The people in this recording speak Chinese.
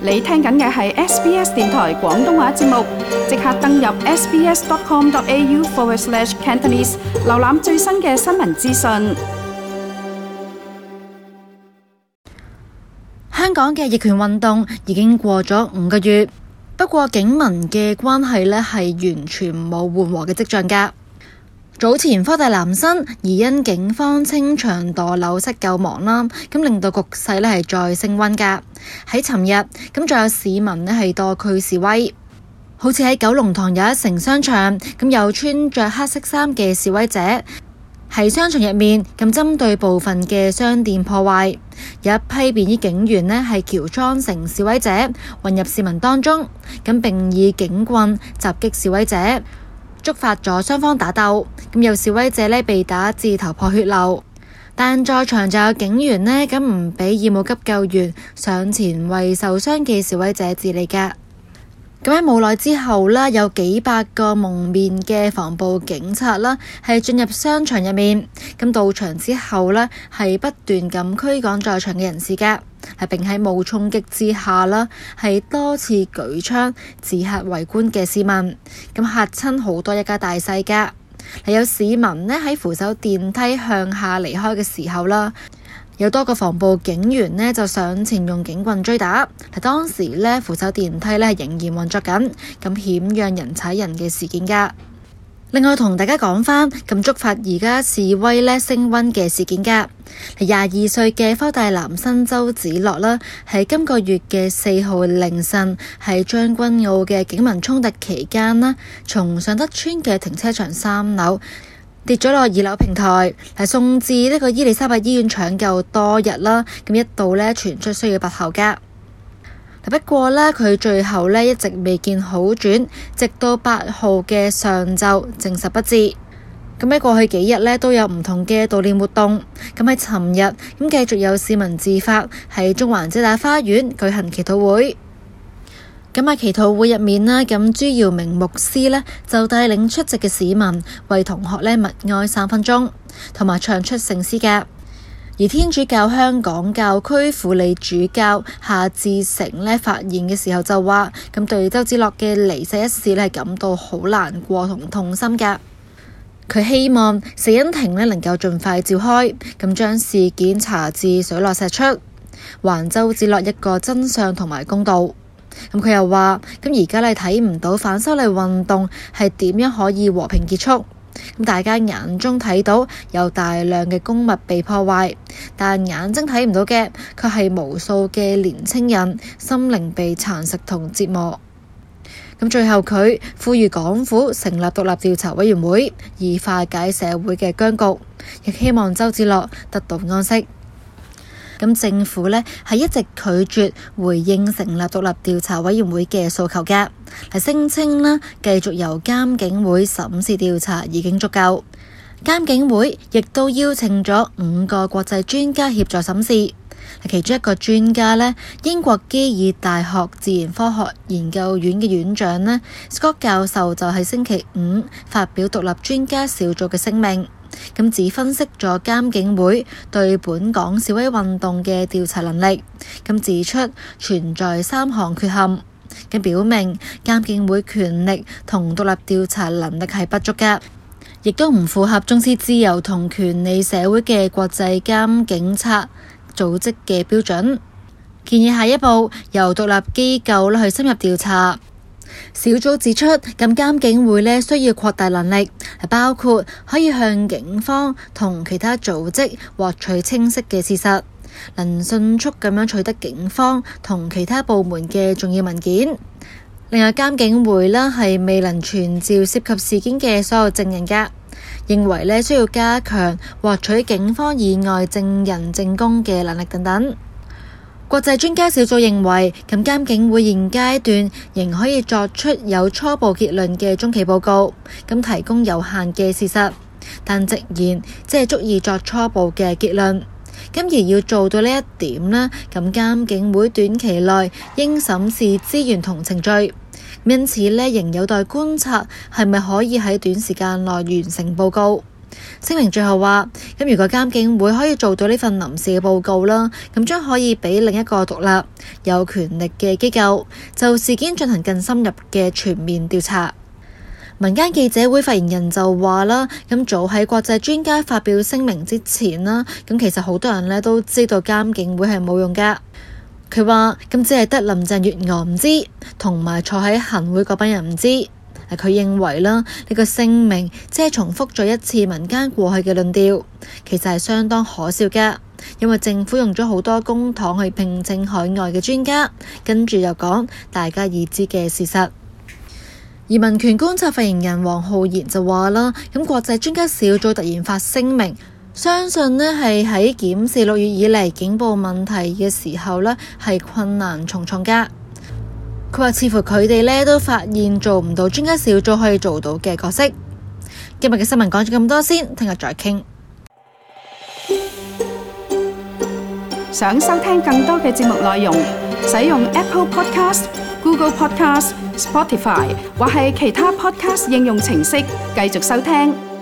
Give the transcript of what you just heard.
你聽緊嘅係 SBS 電台廣東話節目，即刻登入 sbs.com.au/Cantonese 瀏覽最新嘅新聞資訊。 香港嘅逆權運動已經過咗5個月，不過警民嘅關係呢係完全冇緩和嘅跡象㗎。早前科大男生疑因警方清場墮樓室救亡啦，咁令到局勢呢係再升溫㗎。喺尋日，咁仲有市民呢係多區示威，好似喺九龍塘有一城商場，咁有穿着黑色衫嘅示威者喺商場入面咁針對部分嘅商店破壞，有一批便衣警員呢係喬裝成示威者混入市民當中，咁並以警棍襲擊示威者，觸發咗雙方打鬥，咁有示威者呢被打至頭破血流，但在場就有警員呢咁唔俾義務急救員上前為受傷嘅示威者治理㗎。咁喺冇耐之後啦，有幾百個蒙面嘅防暴警察啦，係進入商場入面。咁到場之後呢，係不斷咁驅趕在場嘅人士㗎，係並喺冇衝擊之下啦，係多次舉槍指嚇圍觀嘅市民，咁嚇親好多一家大細㗎。有市民呢喺扶手電梯向下離開嘅時候啦，有多個防暴警員呢就上前用警棍追打，當時呢扶手電梯呢係仍然運作緊，咁險讓人踩人嘅事件㗎。另外同大家講返咁觸發而家示威呢升溫嘅事件㗎，係22歲嘅科大男生周子樂啦，喺今個月嘅4號凌晨喺將軍澳嘅警民衝突期間啦，從尚德邨嘅停車場3樓跌咗落2樓平台，係送至呢個伊利沙伯醫院搶救多日啦，咁一度呢傳出需要拔喉㗎。不過呢，佢最後呢一直未見好轉，直到8號嘅上晝證實不治。咁喺過去幾日呢都有唔同嘅悼念活動。咁喺尋日咁繼續有市民自發喺中環遮打花園舉行祈禱會。咁喺祈禱會入面呢，咁朱耀明牧師呢就帶領出席嘅市民為同學呢默哀3分鐘，同埋唱出聖詩嘅。而天主教香港教區輔理主教夏志誠呢發言嘅時候就話，咁對周子樂嘅離世一事呢係感到好難過同痛心㗎。佢希望死因庭呢能夠盡快召開，咁將事件查至水落石出，還周子樂一個真相同埋公道。咁佢又話，咁而家呢睇唔到反修例運動係點樣可以和平結束。咁大家眼中睇到有大量嘅公物被破壞，但眼睛睇唔到嘅卻係無數嘅年輕人心靈被蠶食同折磨。咁最後佢呼籲港府成立獨立調查委員會，以化解社會嘅僵局，亦希望周子樂得到安息。咁政府呢係一直拒絕回應成立獨立調查委員會嘅訴求嘅，係聲稱啦繼續由監警會審視調查已經足夠。監警會亦都邀請咗5個國際專家協助審視，其中一個專家呢，英國基爾大學自然科學研究院嘅院長呢 Scott 教授就喺星期5發表獨立專家小組嘅聲明。咁只分析咗監警會對本港示威運動嘅調查能力，咁指出存在3項缺陷，咁表明監警會權力同獨立調查能力係不足嘅，亦都唔符合重視自由同權利社會嘅國際監警察組織嘅標準，建議下一步由獨立機構去深入調查。小組指出，咁監警會呢需要擴大能力，包括可以向警方同其他組織獲取清晰嘅事實，能迅速咁樣取得警方同其他部門嘅重要文件。另外，監警會呢係未能傳召涉及事件嘅所有證人㗎，認為呢需要加強獲取警方以外證人證供嘅能力等等。國際專家小組認為，咁監警會現階段仍可以作出有初步結論嘅中期報告，咁提供有限嘅事實，但直言即係足以作初步嘅結論。咁而要做到呢一點呢，咁監警會短期內應審視資源同程序，因此呢仍有待觀察係咪可以喺短時間內完成報告。 聲明最後話，如果監警會可以做到呢份臨時嘅報告啦，咁將可以俾另一個獨立有權力嘅機構就事件進行更深入嘅全面調查。民間記者會發言人就話啦，早喺國際專家發表聲明之前啦，其實好多人都知道監警會係冇用㗎。佢話只係得林鄭月娥唔知，同埋坐喺行會嗰班人唔知。佢認為啦，呢個聲明只係重複咗一次民間過去嘅論調，其實係相當可笑㗎，因為政府用咗好多公帑去聘請海外嘅專家，跟住又講大家已知嘅事實。而民權觀察發言人黃浩然就話啦，國際專家小組突然發聲明，相信係喺檢視6月以嚟警暴問題嘅時候係困難重重㗎。佢話似乎佢哋都發現做唔到專家小組可以做到嘅角色。今日嘅新聞講咗咁多先，聽日再傾。 想收聽更多嘅節目內容，使用 Apple Podcast、Google Podcast、Spotify 或係其他 Podcast 應用程式繼續收聽。